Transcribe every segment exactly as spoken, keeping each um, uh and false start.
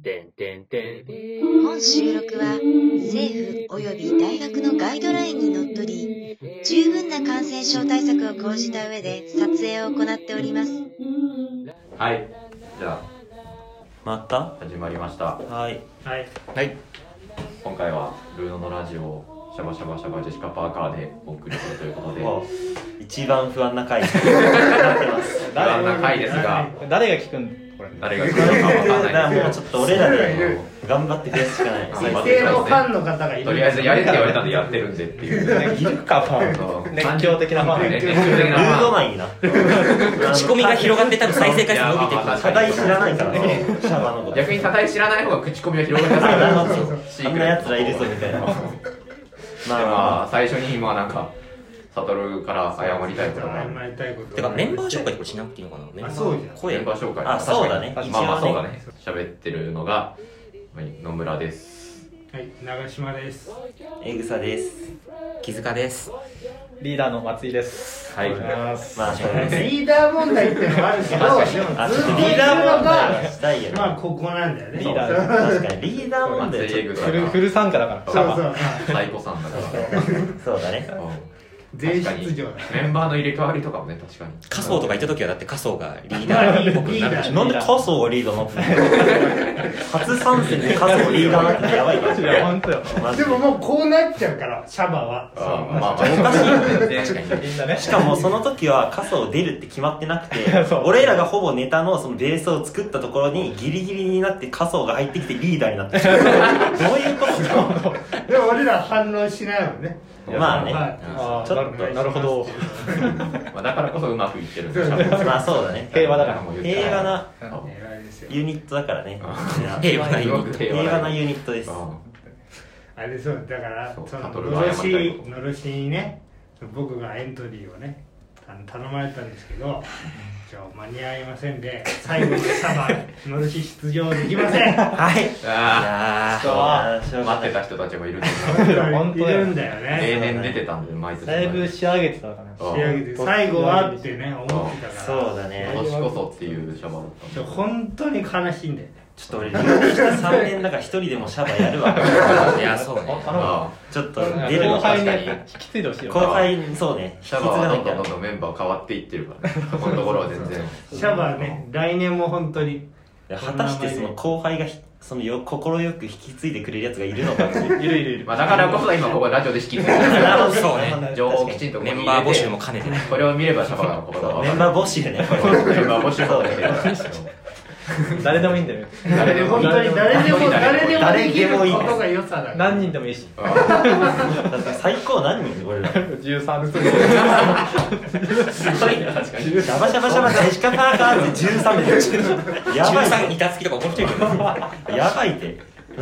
本収録は政府及び大学のガイドラインにのっとり、十分な感染症対策を講じた上で撮影を行っております。 はい、じゃあまた始まりました。 はいはいはい。 今回はルーノのラジオをシャバシャバシャバジェシカパーカーでお送りするということで、 一番不安な回になってます。 不安な回ですが、 誰が聞くんこれ誰が聞くのかわかんないだからもうちょっと俺らで頑張って増やすしかない。 一定のファンの方がいる。 とりあえずやれって言われたんでやってるんでっていう。 いるかファン。熱狂的なファン。 熱狂的なファン。 ルードマンいいな。 口コミが広がって多分再生回数伸びてくる。 課題知らないからね。シャバのこと。 逆に課題知らない方が口コミが広がりやすいかあら。 あんな奴らいるぞみたいな。 まあまあ最初に今なんかサトルから謝りたいことが。 謝りたいこと。 てかメンバー紹介とかしなくていいのかな。メンバーそうじゃん。 声メンバー紹介。 あ、そうだね。 まあまあそうだね。喋ってるのが野村です。 はい、長島です。 エグサです。 木塚です。 リーダーの松井です。 はい。 まあそうリーダー問題っていうのもあるけど、でもずっとリーダー言ってるの問題がしたいよね。 まあここなんだよね。 リーダー確かにリーダー問題松井エグフルフル参加だから。 そうそう。最高さんだから。 そうだね。 全出場だ。 メンバーの入れ替わりとかもね、確かに。 仮想とか行った時はだって仮想がリーダーっぽくなるでしょ。 なんで仮想がリーダーになってるの？初参戦で仮想リーダーになっててやばいから。 いや本当よ。でももうこうなっちゃうからシャバは。 まあまあおかしいよね。 確かにみんなね。 しかもその時は仮想出るって決まってなくて、俺らがほぼネタのそのベースを作ったところにギリギリになって仮想が入ってきてリーダーになってる。どういうこと？ でも俺ら反応しないもんね。 まあね。 あちょっとなるほど。 まあだからこそうまくいってるんで。 まあそうだね。 平和だから平和なですよ。 ユニットだからね。 平和なユニット。 平和なユニットです。 あれそうだからそのののろしのろしにね僕がエントリーをねあの頼まれたんですけどじゃあ間に合いませんで最後のサバのろし出場できません。 はい。 あああ待ってた人たちもいるんで。 本当いるんだよね。 例年出てたんで毎年。 だいぶ仕上げてたから仕上げて最後はってね思ってたから。 そうだね。 今年こそっていうシャバだった。 本当に悲しいんだよね。 ちょっと俺留年したさんねんだから一人でもシャバやるわ。 いやそうね。 ちょっと出るの後輩に確かに引き継いでほしいよ。 後輩そうね。 シャバはどんどんどんどんメンバー変わっていってるからね。このところは全然。 シャバね来年も本当に。 果たしてその後輩がそのよ心よく引き継いでくれるやつがいるのかっていう。 いるいるいる。 まあだからこそ今ここラジオで引き継いでる。 そうね。 情報をきちんとここにメ入れてンバー募集も兼ねてね。 これを見ればシャバのことが分かる。 メンバー募集ね。これメンバー募集もできる。 誰でもいいんだよ。 誰でも本当に誰でも誰でも誰できるでもいいことが良さだ。何人でもいいし。 だって最高何人俺ら。 じゅうさん。 すごいな確かに。 シャバシャバシャバジェシカパーカーってじゅうさんめで。やばい。 じゅうさん板付きとか面白いけど。 やばいって。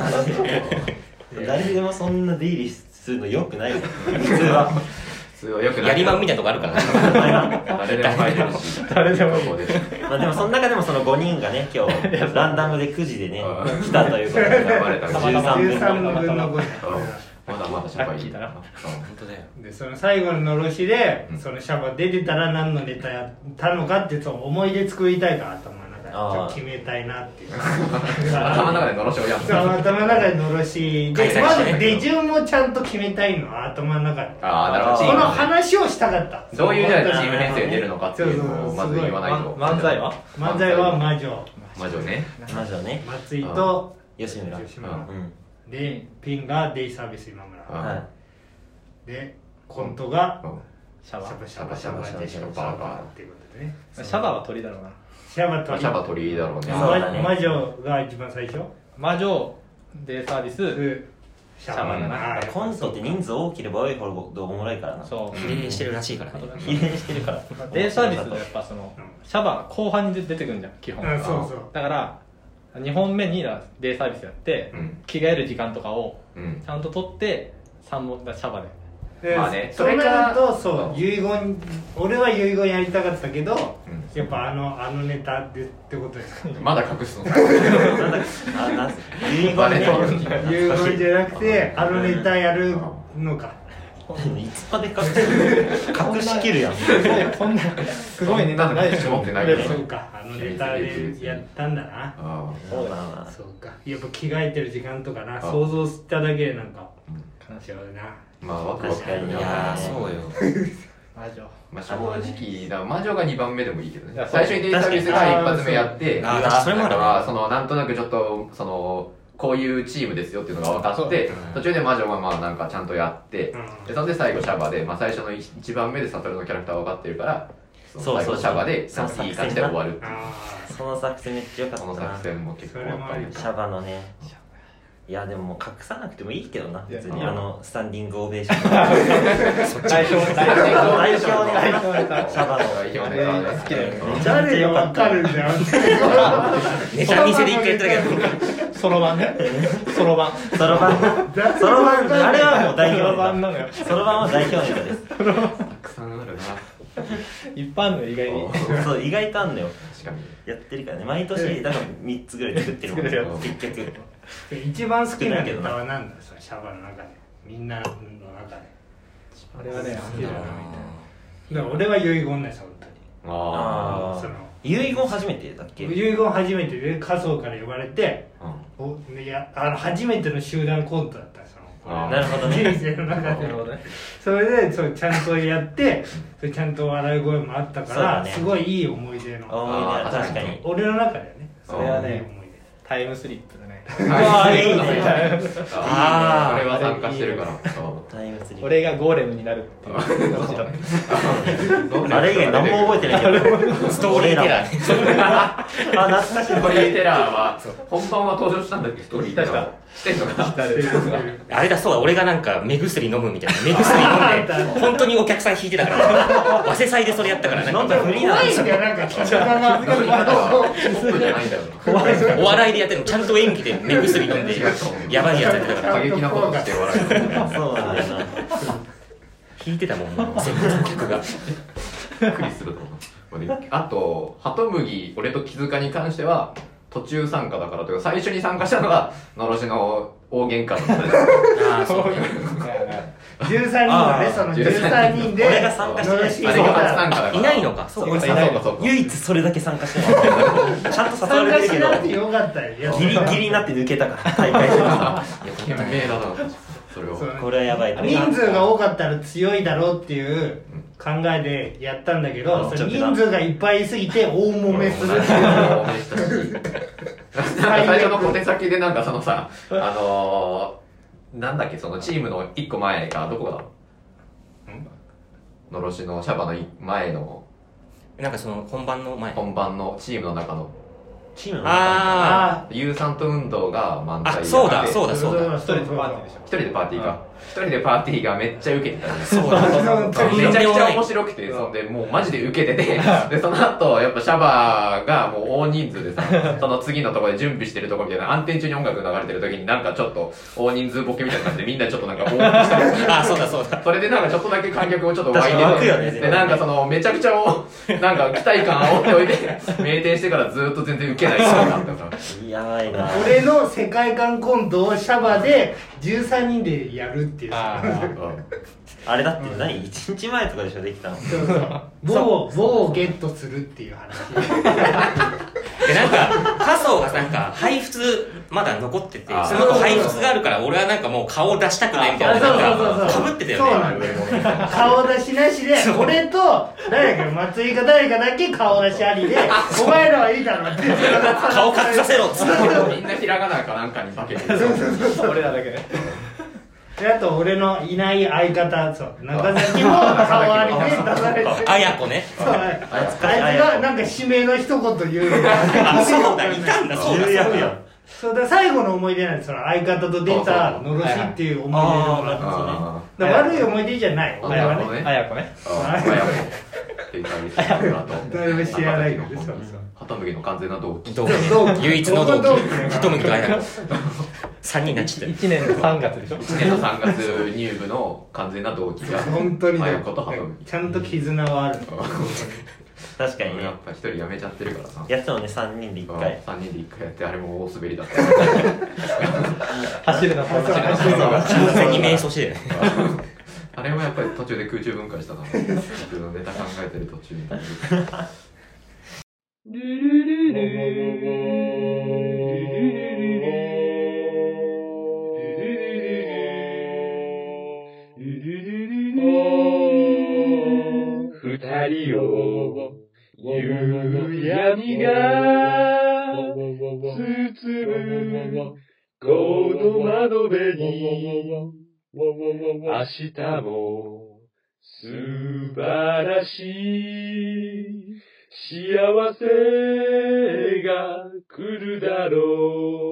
誰でもそんな出入りするの良くないよ。普通は。 よくやりまんみたいなとこあるから誰でも入れるし誰でもいい。 まあでもその中でもそのごにんがね今日ランダムでくじでね来たということで選ばれたじゅうさんぶんの分のご。 まだまだシャバいいな。 本当だよ。 でその最後ののろしでそのシャバ出てたら何のネタやったのかってそう思い出作りたいから頭の中でちょっと決めたいなっていう。 頭の中でのろしをやる。 頭の中でのろしでまず出順もちゃんと決めたいのは頭の中で。 ああなるほど。 この話をしたかった。 どういうじゃあチーム編成出るのかっていうのをまず言わないと。 漫才は？漫才は魔女。 魔女ね。 魔女ね。 松井と吉村。 でピンがデイサービス今村。 はい。 でコントがシャバシャバシャバシャバシャバシャババっていうことでね。 シャバは鳥だろうな。 シャバ鳥。 シャバ鳥だろうね。 魔女が一番最初。 魔女デイサービスシャバだな。 コントって人数多ければ多いほどおもろいからな。 そう。 比例してるらしいからね。 比例してるから。 デイサービスでやっぱそのシャバ後半に出てくるんじゃん基本。 そうそう。 だからにほんめにデイサービスやって着替える時間とかをちゃんと取ってさんぼんシャバで。 まあね、 それからとそう遺言俺は遺言やりたかったけど、やっぱあのあのネタでってことですか。 まだ隠すの。 あなん遺言ね。 遺言じゃなくてあのネタやるのか。 いつまで隠しきるやん。 そんなすごいネタないでしょ。 持ってないけどそうか、あのネタでやったんだな。 あそうだな。 そうか、やっぱ着替えてる時間とかな、 あ想像しただけでなんか悲しい違うな。 まあワクワク確かにいやーそうよ魔女まあ正直だ魔女がにばんめでもいいけどねいやそう最初にデイサービスが一発目やってあーそれもあるだからそのなんとなくちょっとそのこういうチームですよっていうのが分かって途中で魔女がまあなんかちゃんとやってうんでそんで最後シャバで、まあ、最初のいちばんめでサトルのキャラクター分かってるからそのそうそう最後シャバでなんかいい感じで終わるっていうあその作戦めっちゃ良かったそのな。 作戦も結構やっぱりシャバのね。いやでももう隠さなくてもいいけどな、別にあのスタンディングオベーション。 代表代表代表に代表ネタシャバの。 代表ネタね好きだよねめちゃめちゃ良かった。 るんだよ。 ネタ見せで一回やっただけどそろばんねそろばんそろばん。そろばん、あれはもう代そろ表ネばんなのよタ。そろばんは代表ネタです。 たくさんあるな一般の意外にそう、意外とあんのよ。 確かにやってるからね。毎年、だからみっつぐらい作ってるもん作るよ結局。 一番好きなネタは何だ、そのシャバの中で、みんなの中で。 あれはね好きだなみたいな。だから俺は遺言です、本当に。 ああーその遺言初めてだっけ？ 遺言初めてで家層から呼ばれて、 あおいやあの初めての集団コントだったそのあーなるほどね。 人生の中でなるほどねそれでそうちゃんとやってそれちゃんと笑い声もあったから、 そうだねすごいいい思い出の思い出、 あー確かに。 俺の中ではねそれはねいい思いタイムスリップだねあいいねああ、これは参加してるから。 タイムスリップ。 俺がゴーレムになるっていう話だねあれ以外何も覚えてないけど。 ストーリーテラーねあ、懐かしい。 ストーリーテラーは、本番は登場したんだっけ、ストーリーテラー。してんのかあれだそうだ俺がなんか目薬飲むみたいな目薬飲んで本当にお客さん引いてたから早稲祭でそれやったからね飲んだフリーな怖いんだよなんか聞き方がポップじゃないんだよお笑いでやってるのちゃんと演技で目薬飲んでやばいやつやってたから過激なことして笑えるそうなんだよな。 引いてたもんもう全部客がびっくりすると思うあとハトムギ俺と木塚に関しては途中参加だからというか最初に参加したのがのろしの大喧嘩だったああそうじゅうさんにんがねそのじゅうさんにんで俺が参加してないのろしあれが初参加だからいないのかそうそうかそうかそうか唯一それだけ参加してない。ちゃんと誘わ参加れてるけど、 しなくてよかったよギリギリになって抜けたから、大会中。 懸命だなそれをそうこれはやばい。 人数が多かったら強いだろうっていう考えでやったんだけど、 うんそれ人数がいっぱいいすぎて大揉めするっていう大揉めしたしなんか最初の小手先でなんかそのさあのー、なんだっけそのチームのいっこまえかどこだのろしのシャバの前のなんかその本番の前本番のチームの中のチームの中ああ有酸素運動が漫才ああそうだうそうだそうだ一人でパーティーでしょ一人でパーティーが一人でパーティーがめっちゃ受けてたねそうだめちゃくちゃ面白くて、そんで、もうマジで受けてて、で、その後、やっぱシャバがもう大人数でさ、その次のところで準備してるところみたいな、暗転中に音楽流れてる時になんかちょっと大人数ボケみたいな感じでみんなちょっとなんか大きしたあそうだそうだそれでなんかちょっとだけ観客をちょっと湧い確かに湧くてよねて、で、なんかそのめちゃくちゃお、なんか期待感煽っておいて、酩酊してからずっと全然受けない人があったから。 やばいな。 俺の世界観コントをシャバでじゅうさんにんでやるっていうああれだって何いちにちまえとかでしょ、できたの。 そうそう棒棒をゲットするっていう話でなんか家層がなんか配布まだ残っててあーその子配布があるから俺はなんかもう顔を出したくないみたいななんか被ってたよねそうなんだよ顔出しなしで俺と誰だっけ松井か誰かだけ顔出しありでお前らはいいだろって顔隠させろっつってみんなひらがなかなんかに化けてる。 俺らだけねであと俺のいない相方そう中崎も顔ありで出されてあやこねそうあいつがなんか指名の一言言うあそうだいたんだそうだ重役やん。 そうだ最後の思い出なんですその相方と出たのろしっていう思い出のなんですよねあだから悪い思い出じゃないあ、 俺はねね。 あやこねああ、やも。っていう感じですね。 誰も知らないけどねそうそうハトムギの完全な同期。 同期同期唯一の同期同期ハトムギとあやこさんにんになっちゃっいちねんのさんがつでしょいちねんのさんがつ入部の完全な同期が。 本当にあやことハトムギ。 ちゃんと絆はある確かにねやっ。ぱ一人辞めちゃってるからさ。 やってたのね、さんにんでいっかい。 さんにんでいっかいやって、あれも大滑りだった。 走るな走るなた完全に迷走してるよねあれはやっぱり途中で空中分解したな。僕のネタ考えてる途中に。ルルルル二人を夕闇が包むこの窓辺に明日も素晴らしい幸せが来るだろう